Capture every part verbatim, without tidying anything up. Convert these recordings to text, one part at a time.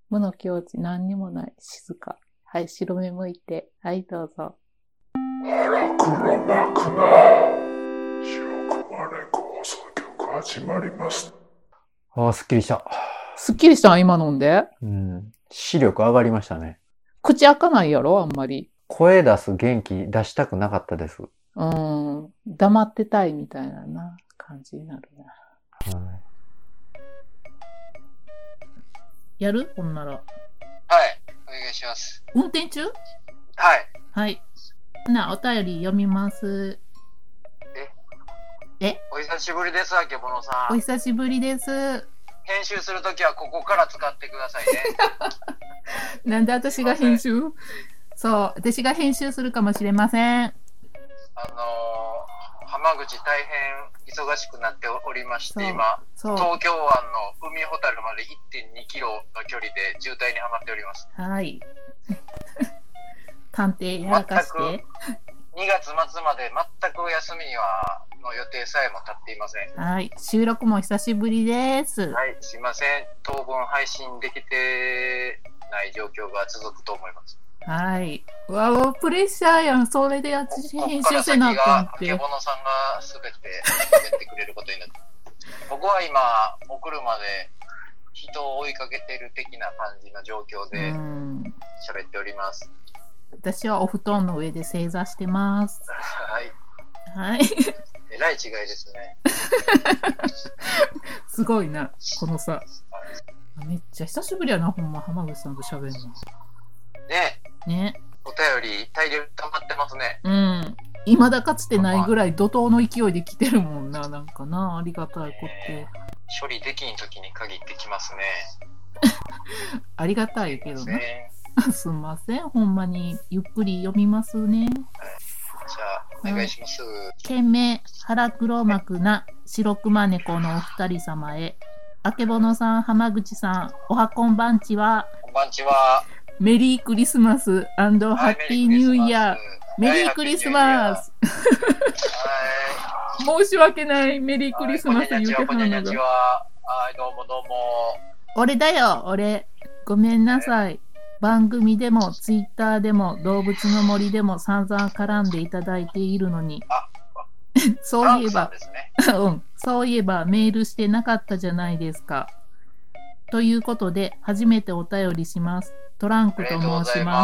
無の境地、何にもない、静か。はい、白目向いて。はい、どうぞ。 腹黒幕な。白熊レコード曲始まります。 ああ、すっきりした。 すっきりしたん今飲んで。 うん。視力上がりましたね。 口開かないやろあんまり。 声出す元気出したくなかったです。 うん。黙ってたいみたいなな感じになるな。はい。やるほんなら。 はい。お願いします。 運転中？はい。はい。な、お便り読みます。え？え？ お久しぶりです、あけぼのさん。 お久しぶりです。 編集するときはここから使ってくださいね。 なんで私が編集？そう、私が編集するかもしれません。あのー、浜口大変忙しくなっておりまして、今、東京湾の海ほたるまで いってんにキロの距離で渋滞にはまっております。 はい。探偵やらかして。 にがつまつまで全く休みはの予定さえも立っていません。 はい、収録も久しぶりです。 はい、すいません。当分配信できてない状況が続くと思います。はい。 うわ、プレッシャーやん。それで私編集せなあかんって。 あけぼのさんがすべてやってくれることになって。僕は今お車で人を追いかけてる的な感じの状況で喋っております。 私はお布団の上で正座してます。 はい。 はい。 えらい違いですね。 すごいな、このさ。めっちゃ久しぶりやな、ほんま、浜口さんと喋るの。 ね。 ね。 お便り大量溜まってますね。 うん。未だかつてないぐらい怒涛の勢いで来てるもんな、なんかな、ありがたいこと。 えー、処理できん時に限ってきますね。 ありがたいけどね。すんません、ほんまにゆっくり読みますね。はい、 じゃあお願いします。 件名腹黒幕な白熊猫のお二人様へ。あけぼのさん、浜口さん、おはこんばんちは。 こんばんちは。 メリークリスマス&ハッピーニューイヤー。メリークリスマス。申し訳ない、メリークリスマス言うてはんのが。 はい、どうもどうも。 俺だよ、俺。ごめんなさい。番組でもツイッターでも動物の森でも散々絡んでいただいているのにそういえば、ね、うん、そういえばメールしてなかったじゃないですか。ということで初めてお便りします。トランクと申します。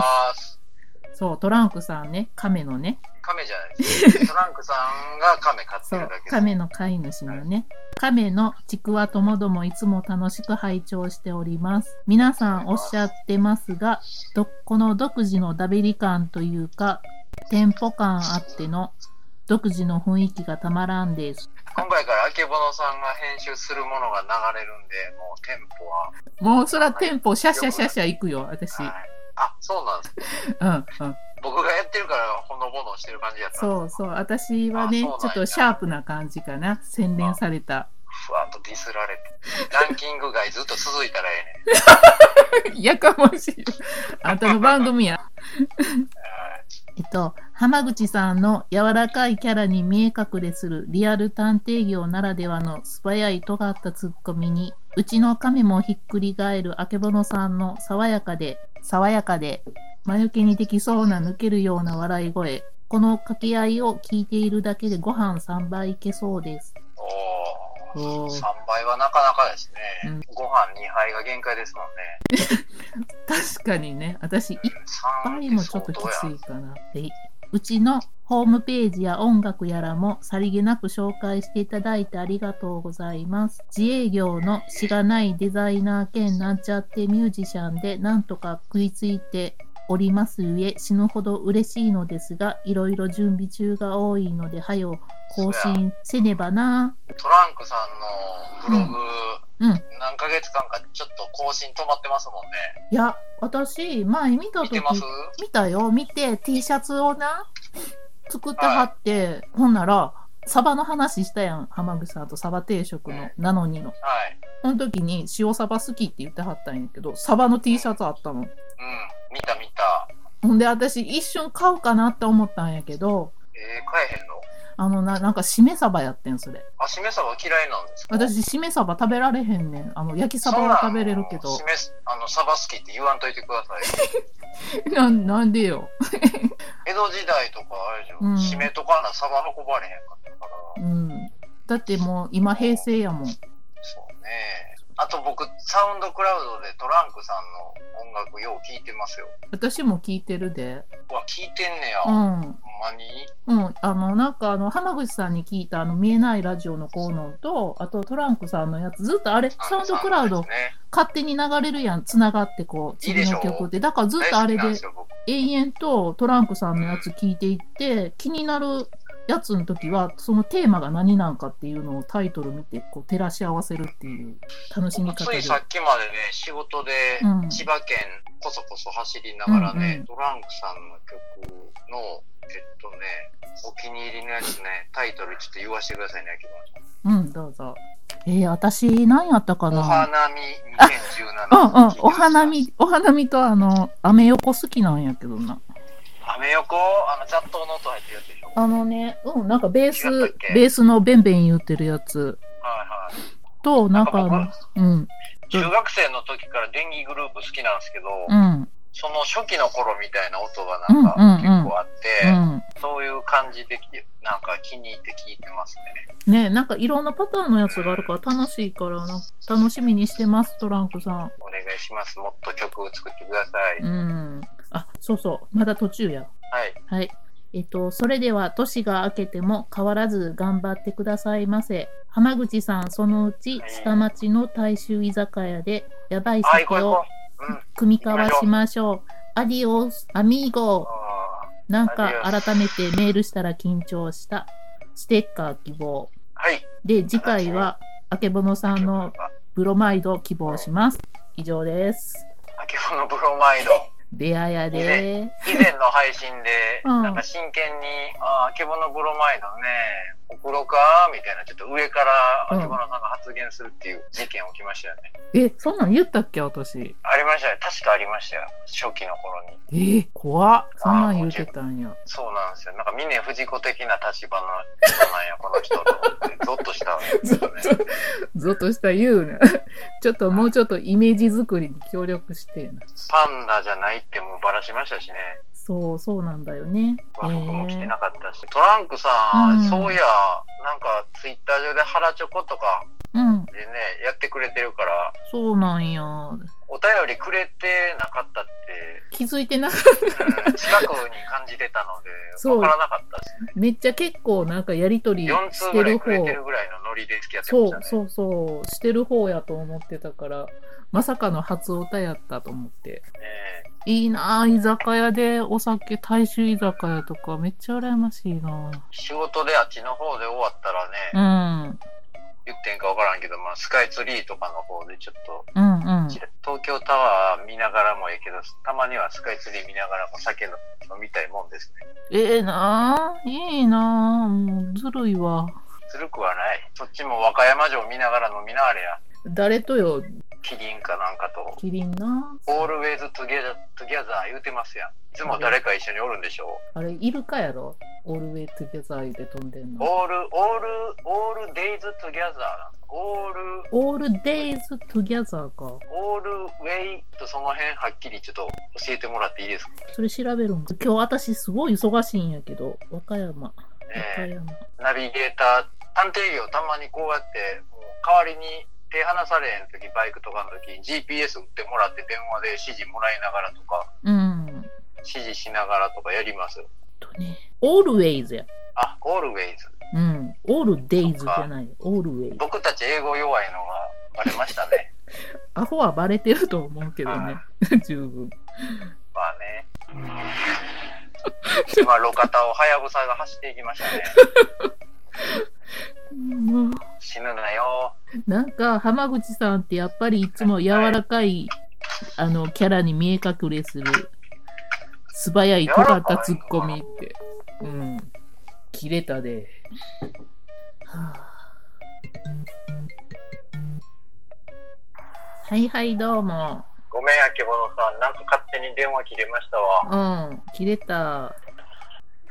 そう、トランクさんね、亀のね。 亀じゃないです。トランクさんが亀飼ってるだけです。 亀の飼い主のね。亀のちくわともどもいつも楽しく拝聴しております。皆さんおっしゃってますが、どこの独自のダベリ感というか、テンポ感あっての独自の雰囲気がたまらんです。 今回からあけぼのさんが編集するものが流れるんで、もうテンポは。 もうそらテンポシャシャシャシャいくよ、私。はい、 あ、そうなんですね。 うんうん。 僕がやってるからほのぼのしてる感じやった。 そうそう、私はね、ちょっとシャープな感じかな。洗練された。 ふわっとディスられて。ランキング外ずっと続いたらええねん。やかましい。あんたの番組や。えっと、浜口さんの柔らかいキャラに見え隠れするリアル探偵業ならではの素早い尖ったツッコミに、うちの亀もひっくり返るあけぼのさんの爽やかで、爽やかで、魔除けにできそうな抜けるような笑い声。この掛け合いを聞いているだけでご飯さんばいいけそうです。 おー、さんばいはなかなかですね。うん、ご飯にはいが限界ですもんね。 確かにね、私いっぱいもちょっときついかな。で、うちのホームページや音楽やらもさりげなく紹介していただいてありがとうございます。自営業のしがないデザイナー兼なんちゃってミュージシャンでなんとか食いついておりますゆえ死ぬほど嬉しいのですが、いろいろ準備中が多いのではよ更新せねばな。 トランクさんのブログ、うんうん、何ヶ月間かちょっと更新止まってますもんね。 いや、私前見た時 見, 見たよ。見て T シャツをな作ってはって、はい、ほんならサバの話したやん、浜口さんとサバ定食の、うん、なのにの、はい、その時に塩サバ好きって言ってはったんやけど、サバの T シャツあったの。うん、 見た見た。 ほんで私一瞬買うかなって思ったんやけど、 えー、買えへんの？ あのな、なんかしめ鯖やってん、それ。 あ、しめ鯖嫌いなんですか？ 私、しめ鯖食べられへんねん。あの、焼き鯖は食べれるけど。 しめ、あの、鯖好きって言わんといてください。 な, なんでよ。 江戸時代とか、あれでしょ、うん、しめとかな鯖運ばれへんかったから。 うん。だってもう、今、平成やもん。そうね。あと僕、サウンドクラウドでトランクさんの音楽よう聴いてますよ。 私も聴いてるで。 うわ、聴いてんねや。 うん。ほんまに？ うん。あの、なんかあの、浜口さんに聞いたあの、見えないラジオのコーナーと、あとトランクさんのやつ、ずっとあれ、サウンドクラウド、ね、勝手に流れるやん、つながってこう、次の曲で。だからずっとあれで、永遠とトランクさんのやつ聞いていって、うん、気になるやつの時はそのテーマが何なんかっていうのをタイトル見てこう照らし合わせるっていう楽しみ方で。 ついさっきまでね仕事で千葉県こそこそ走りながらね、うんうん、トランクさんの曲のえっとねお気に入りのやつねタイトルちょっと言わせてくださいね。 うんどうぞ。えー、私何やったかな。 お花見にせんじゅうなな。 うんうんお花見お花見とあのアメ横好きなんやけどな。 アメ横あの雑踏の音入ってるやつでしょ。 あのね、うん、なんかベース、ベースのベンベン言ってるやつ。はいはい。と、なんかあの、うん。 中学生の時から電気グループ好きなんですけど、 うん。 その初期の頃みたいな音がなんか結構あって、うんうんうん、そういう感じでなんか気に入って聞いてますね。ね、なんかいろんなパターンのやつがあるから楽しいからな、楽しみにしてます、トランクさん。 お願いします。もっと曲を作ってください。 うん。あ、そうそう、まだ途中や。 はい。 はい。えっと、それでは年が明けても変わらず頑張ってくださいませ。浜口さん、そのうち下町の大衆居酒屋でやばい酒を組み交わしましょう。アディオス、アミーゴ。なんか改めてメールしたら緊張した。ステッカー希望。 はい。 で、次回はあけぼのさんのブロマイド希望します。以上です。 あけぼのブロマイド。 レアやで以前の配信で、うん、なんか真剣に、あ、あけぼのブロマイドね、送ろうかみたいな、ちょっと上からあけぼのさんが発言するっていう事件起きましたよね。 うん、え、そんなん言ったっけ私。 ありましたよ。確かありましたよ。初期の頃に。 えー、怖っ。そんなん言うてたんや。 そうなんですよ。なんか峰不二子的な立場の人なんや、この人と思って、ゾッとしたんですよね。 ゾッとした言うな。ちょっともうちょっとイメージ作りに協力してな。 パンダじゃないってもうバラしましたしね。 そうそうなんだよね。 僕も来てなかったし、えー、トランクさん、うん、そういやなんかツイッター上で腹チョコとかでね、うん、やってくれてるから。 そうなんや。 お便りくれてなかったって気づいてなかった、 うん、近くに感じてたので分からなかったですね。 めっちゃ結構なんかやりとりしてる方、よんつうぐらいくれてるぐらいのノリで付き合ってましたね。そうそうそうしてる方やと思ってたからまさかの初歌やったと思って、ね、いいなぁ居酒屋でお酒大衆居酒屋とかめっちゃ羨ましいな。 仕事であっちの方で終わったらね、 うん言ってんか分からんけど、まあ、スカイツリーとかの方でちょっと、 うんうん、 東京タワー見ながらもいいけどたまにはスカイツリー見ながらも酒飲みたいもんですね。 ええー、なぁいいなぁもうずるいわ。 ずるくはない。そっちも和歌山城見ながら飲みなあれや。 誰とよ。 キリンかなんかと。 キリンな。 オールウェイズトゥギャザー、トゥギャザー言うてますやん。いつも誰か一緒におるんでしょう。あれ、イルカやろオールウェイズトゥギャザーで飛んでんの。 オール、オール、オールデイズトゥギャザー。オール、 オールデイズトゥギャザーか。 オールウェイとその辺はっきりちょっと教えてもらっていいですか。 それ調べるんか。今日私すごい忙しいんやけど、和歌山。和歌山。 ナビゲーター、探偵業たまにこうやって、もう代わりに、手離されへんとき、バイクとかのとき ジーピーエス 打ってもらって電話で指示もらいながらとか、 うん、 指示しながらとかやります。 とね、always や。 あ、always。 うん、all days じゃない、always。 僕たち英語弱いのがバレましたね。 アホはバレてると思うけどね、十分。 まあね。今、路肩をはやぶさが走っていきましたね。 もう死ぬなよ。 なんか浜口さんってやっぱりいつも柔らかい、はい、あのキャラに見え隠れする素早い尖ったツッコミってうん切れたで、はあ、はいはいどうもごめんあけぼのさんなんか勝手に電話切れましたわ。 うん切れた。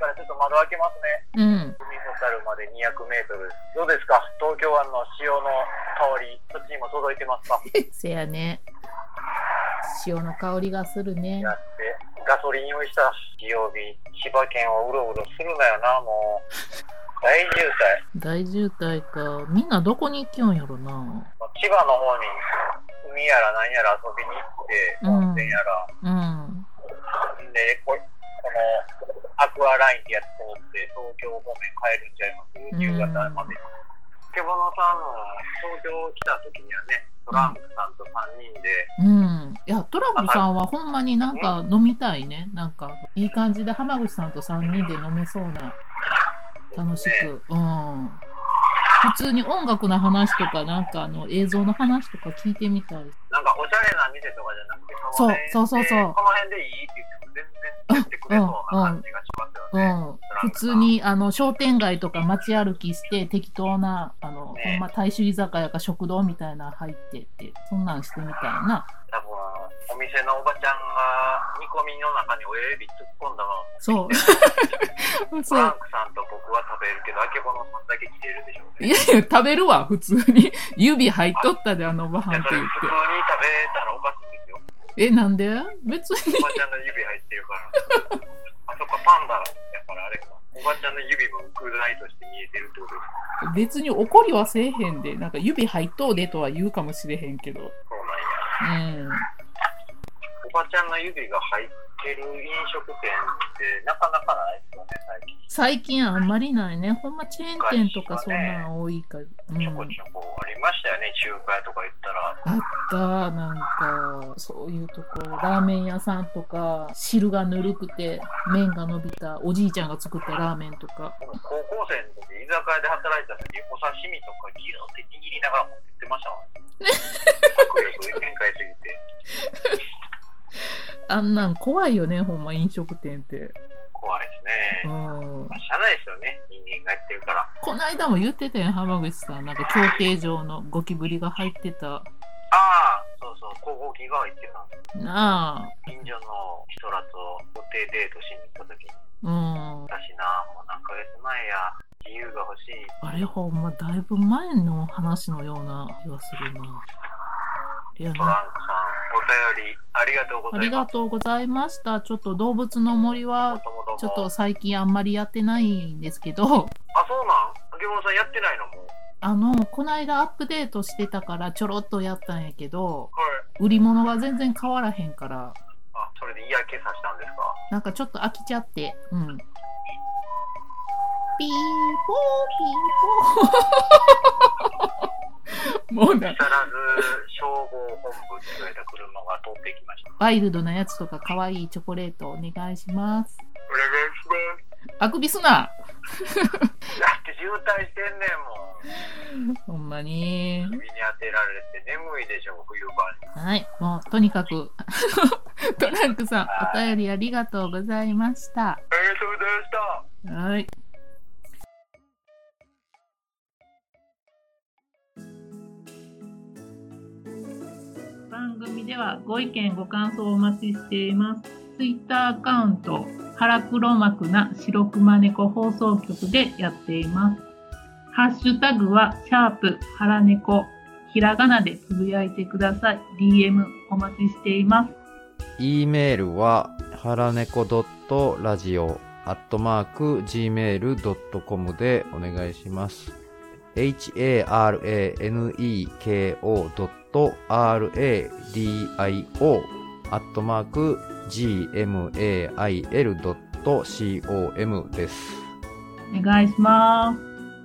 からちょっと窓開けますね。 うん。 海ほたるまでにひゃくメートル。どうですか、東京湾の潮の香り、そっちにも届いてますか？ せやね。潮の香りがするね。 やって、ガソリン用意した日曜日、千葉県をうろうろするなよな、もう。大渋滞。 大渋滞か。みんなどこに行きよんやろな。 千葉の方に海やら何やら遊びに行って、温泉やら。 うん。 で、こ、このアクアラインってやつ通って東京方面帰るんちゃいます？夕方まで。けぼのさんも東京来た時にはね、トランクさんとさんにんで。 うん。いや、トランクさんはほんまになんか飲みたいね。なんか、いい感じで浜口さんとさんにんで飲めそうな。楽しく。ね、うん。普通に音楽の話とか、なんかあの映像の話とか聞いてみたい。 なんかおしゃれな店とかじゃなくて、 そうそうそうそう。 この辺でいいって言っても全然やってくれそうな感じがしますよね。 うんうん、普通にあの商店街とか街歩きして適当なあの、ね、ほんま大衆居酒屋か食堂みたいな入ってってそんなんしてみたいな。 多分お店のおばちゃんが煮込みの中に親指突っ込んだまま。 そう。 フランクさんと僕は食べるけど、あけぼのさんだけ切れるでしょうね。 いやいや、食べるわ、普通に。指入っとったで、あのご飯って言って。 普通に食べたらおかしいですよ。 え、なんで別に。 おばちゃんの指入ってるから。あ、そっか、パンダやからあれか。おばちゃんの指も具材として見えてるってことですか？ 別に怒りはせえへんで、なんか指入っとうでとは言うかもしれへんけど。 そうなんや。うん。おばちゃんの指が入ってる飲食店ってなかなかないですよね、最近。 最近あんまりないね。ほんまチェーン店とかそんなの多いから。うん、 ちょこちょこありましたよね、中華屋とか行ったら。 あった、なんか、そういうとこ。ラーメン屋さんとか、汁がぬるくて、麺が伸びた、おじいちゃんが作ったラーメンとか。 高校生の時、居酒屋で働いた時、お刺身とかギューって握りながら持ってってましたもん。迫力限界すぎて。 あんなん怖いよね、ほんま飲食店って。 怖いですね。うん。まあ、しゃあないですよね、人間がやってるから。 この間も言ってたよ、浜口さん。なんか競艇場のゴキブリが入ってた。ああ、そうそう、小ゴキが入ってた。 なあ。 近所の人らと固定デートしに行った時に。 うん。 私な、もう何ヶ月前や、自由が欲しい。 あれほんま、だいぶ前の話のような気がするな。 トランクさん、お便りありがとうございます。 ありがとうございました。ちょっと動物の森は、ちょっと最近あんまりやってないんですけど。あ、そうなん？ あけぼのさんやってないのも？ あの、この間アップデートしてたからちょろっとやったんやけど、はい、売り物が全然変わらへんから。 あ、それで嫌気さしたんですか？ なんかちょっと飽きちゃって。うん。ピーポーピーポー。もうな。 木更津消防本部って言われた車が通ってきました。 ワイルドなやつとか可愛いチョコレートお願いします。 お願いします。 あくびすな。 だって渋滞してんねんもん。 ほんまに。 首に当てられて眠いでしょ、冬場に。 はい、もうとにかくトランクさん、お便りありがとうございました。 ありがとうございました。 はい。番組ではご意見ご感想をお待ちしています。ツイッターアカウント腹黒幕な白熊猫放送局でやっています。ハッシュタグはシャープ腹猫、ひらがなでつぶやいてください。 ディーエム お待ちしています。 E メールははらねこ ラジオ アットマーク ジーメール ドットコム でお願いします。 エイチ エー アール エー エヌ イー ケー オー アール エー ディー アイ オー アットマーク ジー エム エー アイ エル ドット コム です。 お願いします。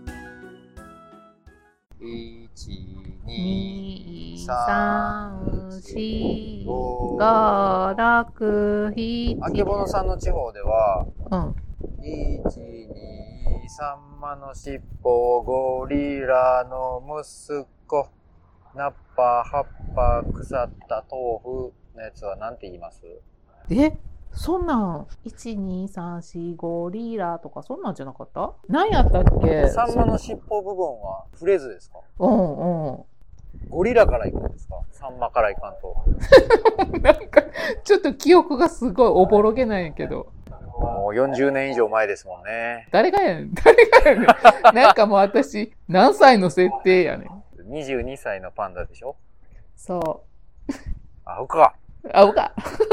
いち、 に、さん、し、ご、ろく、なな。 あけぼのさんの地方では、 うん。 いち、に、さんまのしっぽ、ゴリラの息子、ナッパ、葉っぱ、腐った豆腐のやつは何て言います？ え？そんなん、いち、に、さん、し、ごリラとかそんなんじゃなかった？何やったっけ？ サンマの尻尾部分はフレーズですか？ うんうん。 ゴリラから行くんですか？サンマから行かんと。 なんか、ちょっと記憶がすごいおぼろげなんやけど。 もうもうよんじゅうねん以上前ですもんね。 誰がやねん。誰がやねん。なんかもう私、何歳の設定やねん。 にじゅうにさいのパンダでしょ？ そう。 アホか。 あ、おか。